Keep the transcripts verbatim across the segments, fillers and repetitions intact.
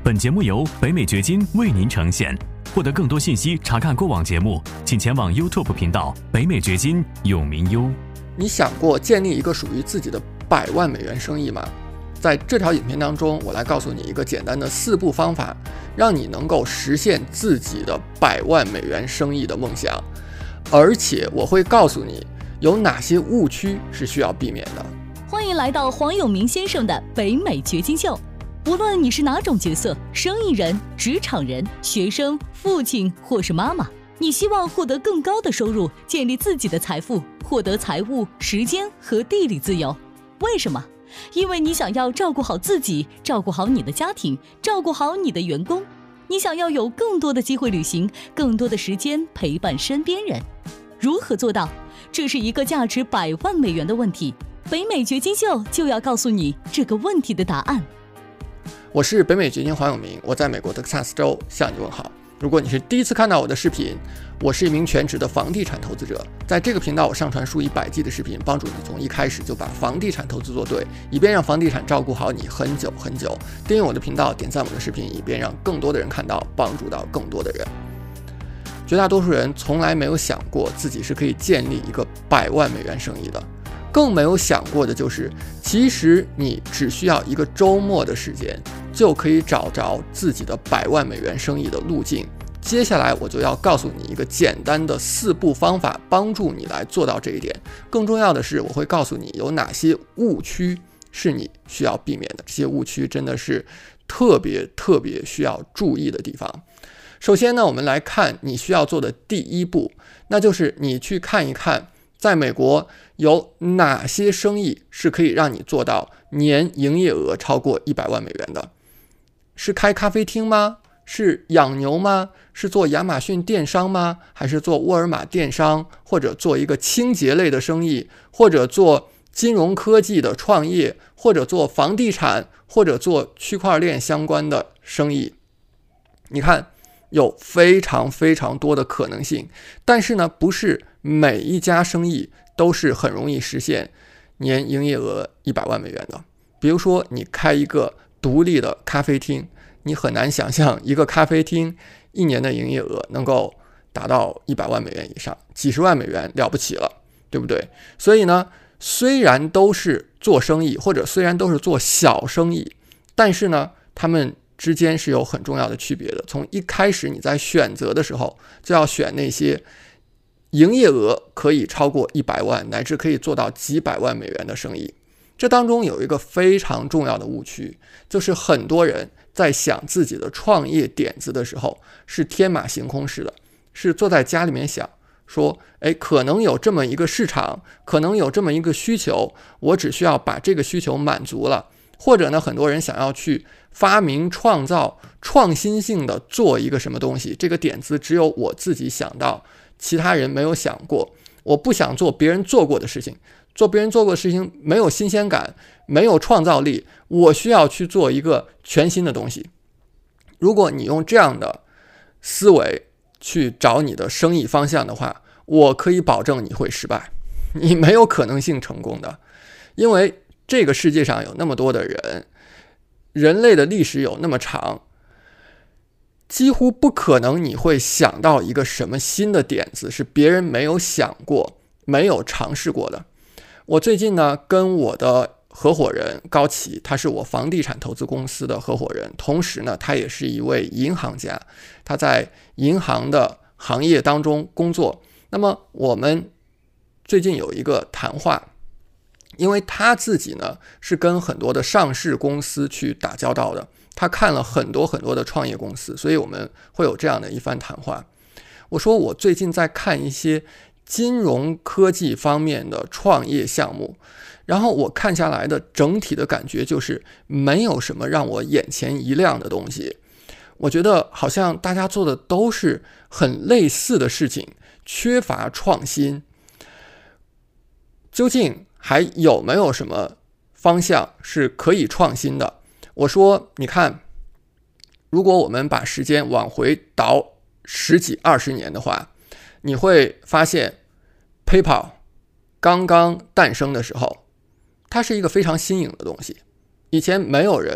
本节目由北美掘金为您呈现。获得更多信息，查看过往节目，请前往 YouTube 频道北美掘金永明优。 你想过建立一个属于自己的百万美元生意吗？在这条影片当中，我来告诉你一个简单的四步方法，让你能够实现自己的百万美元生意的梦想。而且我会告诉你有哪些误区是需要避免的。 欢迎来到黄永明先生的北美掘金秀。无论你是哪种角色，生意人、职场人、学生、父亲或是妈妈，你希望获得更高的收入，建立自己的财富，获得财务、时间和地理自由。为什么？因为你想要照顾好自己，照顾好你的家庭，照顾好你的员工。你想要有更多的机会旅行，更多的时间陪伴身边人。如何做到？这是一个价值百万美元的问题。北美掘金秀就要告诉你这个问题的答案。 我是北美掘金黄永明，我在美国德克萨斯州向你问好。如果你是第一次看到我的视频，我是一名全职的房地产投资者，在这个频道我上传数以百计的视频，帮助你从一开始就把房地产投资做对，以便让房地产照顾好你很久很久。订阅我的频道，点赞我的视频，以便让更多的人看到，帮助到更多的人。绝大多数人从来没有想过自己是可以建立一个百万美元生意的，更没有想过的就是其实你只需要一个周末的时间就可以找着自己的百万美元生意的路径。接下来我就要告诉你一个简单的四步方法，帮助你来做到这一点。更重要的是，我会告诉你有哪些误区是你需要避免的，这些误区真的是特别特别需要注意的地方。首先呢，我们来看你需要做的第一步，那就是你去看一看在美国有哪些生意是可以让你做到年营业额超过一百万美元的。是开咖啡厅吗？是养牛吗？是做亚马逊电商吗？还是做沃尔玛电商？或者做一个清洁类的生意？或者做金融科技的创业？或者做房地产？或者做区块链相关的生意？你看，有非常非常多的可能性，但是呢，不是每一家生意都是很容易实现年营业额一百万美元的。比如说，你开一个独立的咖啡厅，你很难想象一个咖啡厅一年的营业额能够达到一百万美元以上，几十万美元了不起了，对不对？所以呢，虽然都是做生意，或者虽然都是做小生意，但是呢，他们之间是有很重要的区别的。从一开始你在选择的时候，就要选那些营业额可以超过一百万，乃至可以做到几百万美元的生意。这当中有一个非常重要的误区，就是很多人在想自己的创业点子的时候是天马行空式的，是坐在家里面想说，哎，可能有这么一个市场，可能有这么一个需求，我只需要把这个需求满足了。或者呢，很多人想要去发明创造创新性的做一个什么东西，这个点子只有我自己想到，其他人没有想过。我不想做别人做过的事情，做别人做过的事情没有新鲜感，没有创造力，我需要去做一个全新的东西。如果你用这样的思维去找你的生意方向的话，我可以保证你会失败，你没有可能性成功的。因为这个世界上有那么多的人，人类的历史有那么长，几乎不可能你会想到一个什么新的点子是别人没有想过、没有尝试过的。我最近呢，跟我的合伙人高奇，他是我房地产投资公司的合伙人，同时呢，他也是一位银行家，他在银行的行业当中工作。那么我们最近有一个谈话，因为他自己呢是跟很多的上市公司去打交道的，他看了很多很多的创业公司，所以我们会有这样的一番谈话。我说我最近在看一些金融科技方面的创业项目，然后我看下来的整体的感觉就是没有什么让我眼前一亮的东西。我觉得好像大家做的都是很类似的事情，缺乏创新。究竟还有没有什么方向是可以创新的？我说，你看，如果我们把时间往回倒十几二十年的话，你会发现 PayPal 刚刚诞生的时候，它是一个非常新颖的东西。以前没有人通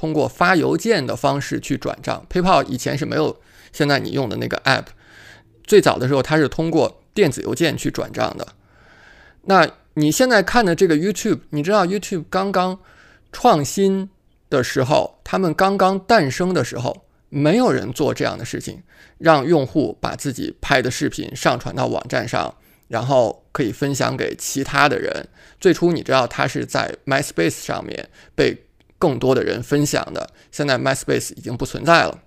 通过发邮件的方式去转账。 PayPal 以前是没有现在你用的那个 app， 最早的时候它是通过电子邮件去转账的。那你现在看的这个 YouTube， 你知道 YouTube 刚刚创新的时候，他们刚刚诞生的时候，没有人做这样的事情，让用户把自己拍的视频上传到网站上，然后可以分享给其他的人。最初你知道它是在 MySpace 上面被更多的人分享的，现在 MySpace 已经不存在了。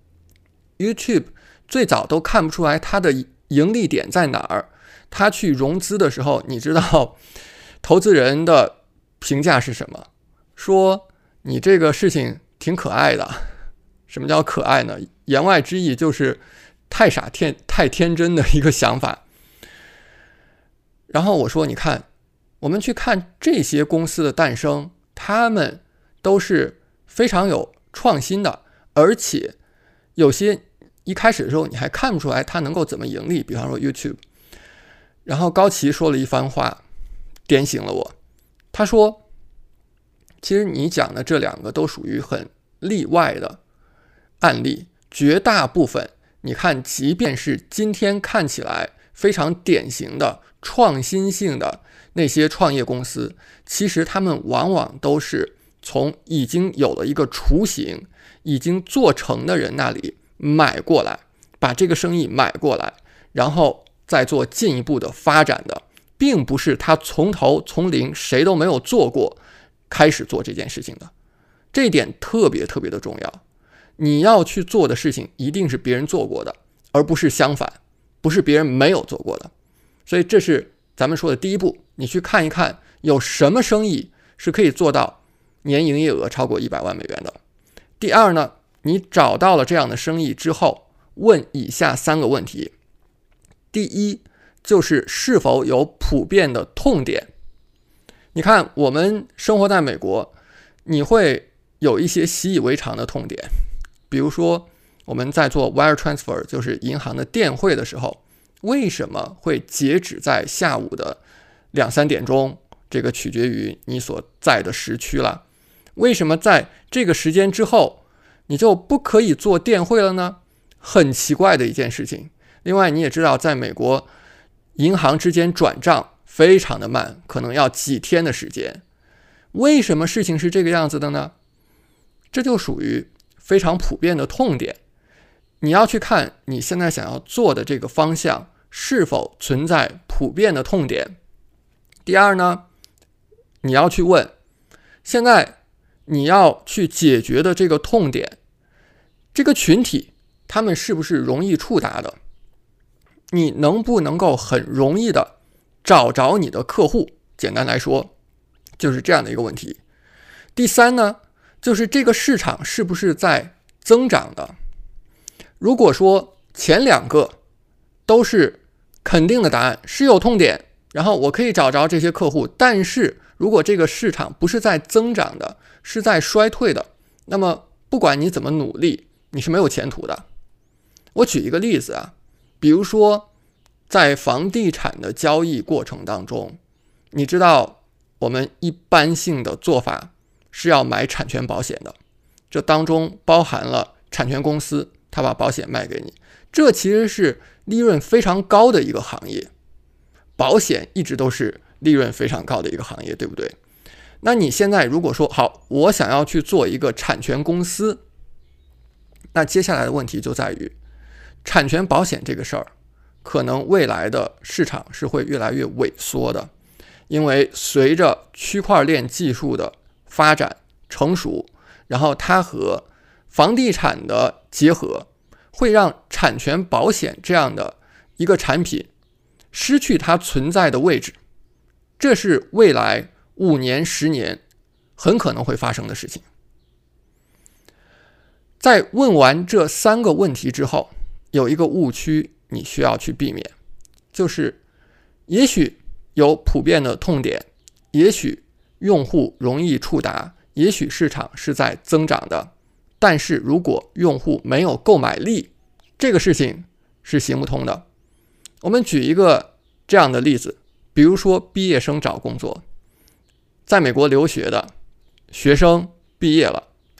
YouTube 最早都看不出来它的盈利点在哪儿，它去融资的时候，你知道投资人的评价是什么？说你这个事情挺可爱的。什么叫可爱呢？言外之意就是太傻天太天真的一个想法。然后我说，你看，我们去看这些公司的诞生，他们都是非常有创新的，而且有些一开始的时候你还看不出来它能够怎么盈利，比方说 YouTube。 然后高奇说了一番话，点醒了我。他说，其实你讲的这两个都属于很例外的案例，绝大部分你看，即便是今天看起来非常典型的创新性的那些创业公司，其实他们往往都是从已经有了一个雏形，已经做成的人那里买过来，把这个生意买过来，然后再做进一步的发展的，并不是他从头从零谁都没有做过开始做这件事情的。这一点特别特别的重要。你要去做的事情一定是别人做过的，而不是相反，不是别人没有做过的。所以这是咱们说的第一步，你去看一看有什么生意是可以做到年营业额超过一百万美元的。第二呢，你找到了这样的生意之后，问以下三个问题。第一，就是是否有普遍的痛点。你看，我们生活在美国，你会有一些习以为常的痛点。比如说我们在做 wire transfer， 就是银行的电汇的时候，为什么会截止在下午的两三点钟？这个取决于你所在的时区了。为什么在这个时间之后你就不可以做电汇了呢？很奇怪的一件事情。另外你也知道，在美国银行之间转账非常的慢，可能要几天的时间。为什么事情是这个样子的呢？这就属于非常普遍的痛点。你要去看你现在想要做的这个方向是否存在普遍的痛点。第二呢，你要去问，现在你要去解决的这个痛点，这个群体他们是不是容易触达的？你能不能够很容易的找着你的客户？简单来说就是这样的一个问题。第三呢，就是这个市场是不是在增长的？如果说前两个都是肯定的答案，是有痛点，然后我可以找着这些客户，但是如果这个市场不是在增长的，是在衰退的，那么不管你怎么努力，你是没有前途的。我举一个例子啊，比如说在房地产的交易过程当中，你知道我们一般性的做法是要买产权保险的，这当中包含了产权公司，他把保险卖给你，这其实是利润非常高的一个行业。保险一直都是利润非常高的一个行业，对不对？那你现在如果说好，我想要去做一个产权公司，那接下来的问题就在于产权保险这个事儿，可能未来的市场是会越来越萎缩的，因为随着区块链技术的发展成熟，然后它和房地产的结合，会让产权保险这样的一个产品失去它存在的位置。这是未来五年十年很可能会发生的事情。在问完这三个问题之后，有一个误区你需要去避免，就是也许有普遍的痛点，也许用户容易触达，也许市场是在增长的，但是如果用户没有购买力，这个事情是行不通的。我们举一个这样的例子，比如说毕业生找工作，在美国留学的学生毕业了，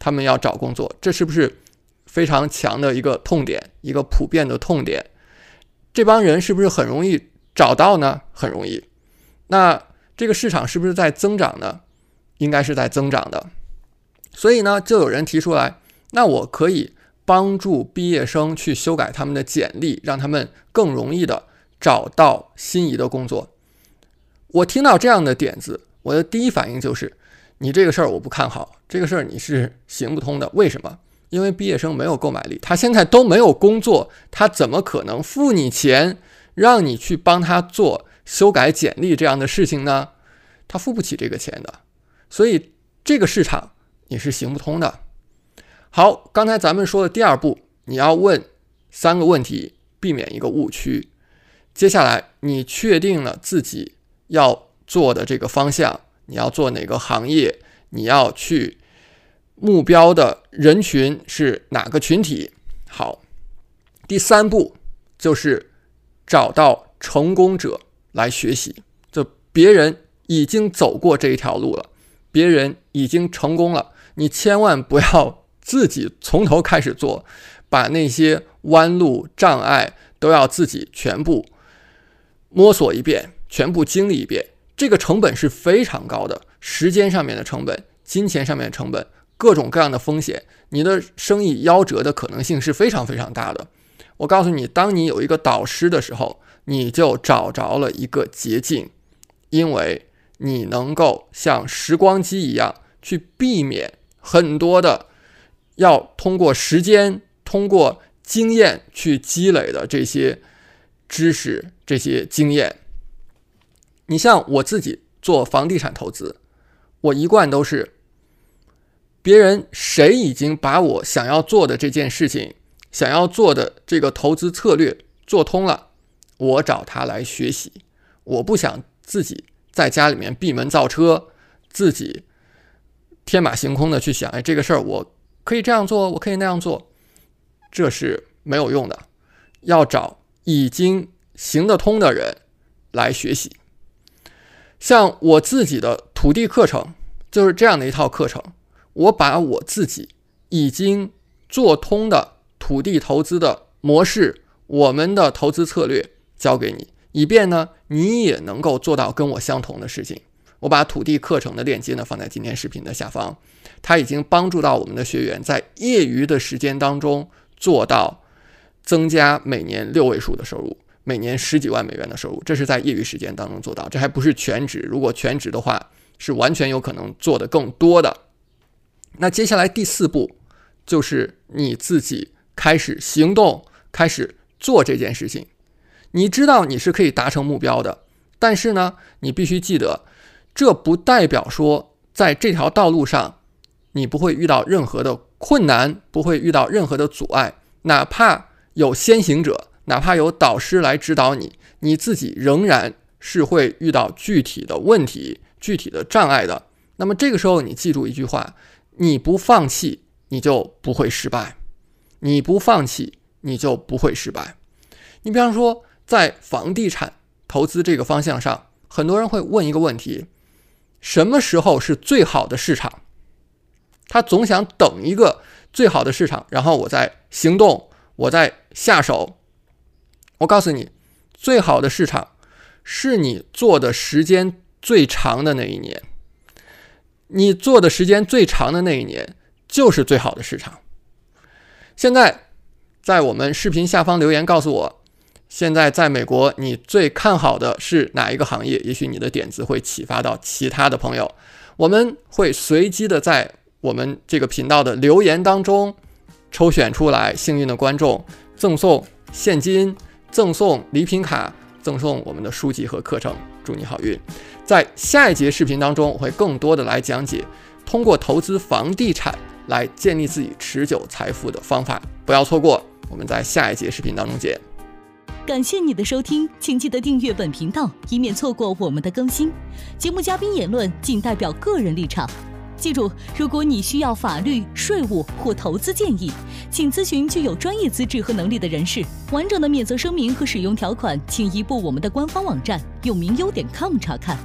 他们要找工作，这是不是非常强的一个痛点，一个普遍的痛点？这帮人是不是很容易找到呢？很容易。那这个市场是不是在增长呢？应该是在增长的。所以呢，就有人提出来，那我可以帮助毕业生去修改他们的简历，让他们更容易的找到心仪的工作。我听到这样的点子，我的第一反应就是你这个事儿我不看好，这个事儿你是行不通的。为什么？因为毕业生没有购买力，他现在都没有工作，他怎么可能付你钱让你去帮他做修改简历这样的事情呢？他付不起这个钱的，所以这个市场你是行不通的。好，刚才咱们说的第二步，你要问三个问题，避免一个误区。接下来你确定了自己要做的这个方向，你要做哪个行业，你要去目标的人群是哪个群体。好，第三步就是找到成功者来学习，就别人已经走过这一条路了，别人已经成功了，你千万不要自己从头开始做，把那些弯路障碍都要自己全部摸索一遍，全部经历一遍，这个成本是非常高的，时间上面的成本，金钱上面的成本，各种各样的风险，你的生意夭折的可能性是非常非常大的。我告诉你，当你有一个导师的时候，你就找着了一个捷径，因为你能够像时光机一样去避免很多的要通过时间、通过经验去积累的这些知识、这些经验。你像我自己做房地产投资，我一贯都是别人谁已经把我想要做的这件事情、想要做的这个投资策略做通了，我找他来学习。我不想自己在家里面闭门造车，自己天马行空的去想，哎，这个事儿我可以这样做，我可以那样做，这是没有用的。要找已经行得通的人来学习。像我自己的土地课程就是这样的一套课程，我把我自己已经做通的土地投资的模式，我们的投资策略教给你，以便呢你也能够做到跟我相同的事情。我把土地课程的链接呢放在今天视频的下方，它已经帮助到我们的学员在业余的时间当中做到增加每年六位数的收入，每年十几万美元的收入，这是在业余时间当中做到，这还不是全职，如果全职的话是完全有可能做得更多的。那接下来第四步就是你自己开始行动，开始做这件事情。你知道你是可以达成目标的，但是呢你必须记得，这不代表说在这条道路上你不会遇到任何的困难，不会遇到任何的阻碍，哪怕有先行者，哪怕有导师来指导你，你自己仍然是会遇到具体的问题、具体的障碍的。那么这个时候你记住一句话，你不放弃你就不会失败，你不放弃你就不会失败。你比方说在房地产投资这个方向上，很多人会问一个问题，什么时候是最好的市场？他总想等一个最好的市场，然后我再行动，我再下手。我告诉你，最好的市场是你做的时间最长的那一年，你做的时间最长的那一年就是最好的市场。现在在我们视频下方留言告诉我，现在在美国你最看好的是哪一个行业？也许你的点子会启发到其他的朋友。我们会随机的在我们这个频道的留言当中抽选出来幸运的观众，赠送现金，赠送礼品卡，赠送我们的书籍和课程，祝你好运。在下一节视频当中，我会更多的来讲解通过投资房地产来建立自己持久财富的方法，不要错过。我们在下一节视频当中见。 感谢你的收听，请记得订阅本频道，以免错过我们的更新。节目嘉宾言论仅代表个人立场。记住，如果你需要法律、税务或投资建议，请咨询具有专业资质和能力的人士。完整的免责声明和使用条款，请移步我们的官方网站永明优点 com 查看。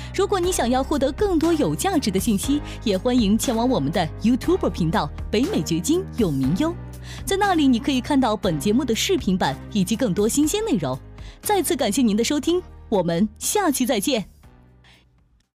如果你想要获得更多有价值的信息，也欢迎前往我们的 YouTube 频道北美掘金永明优，在那里你可以看到本节目的视频版以及更多新鲜内容。再次感谢您的收听，我们下期再见。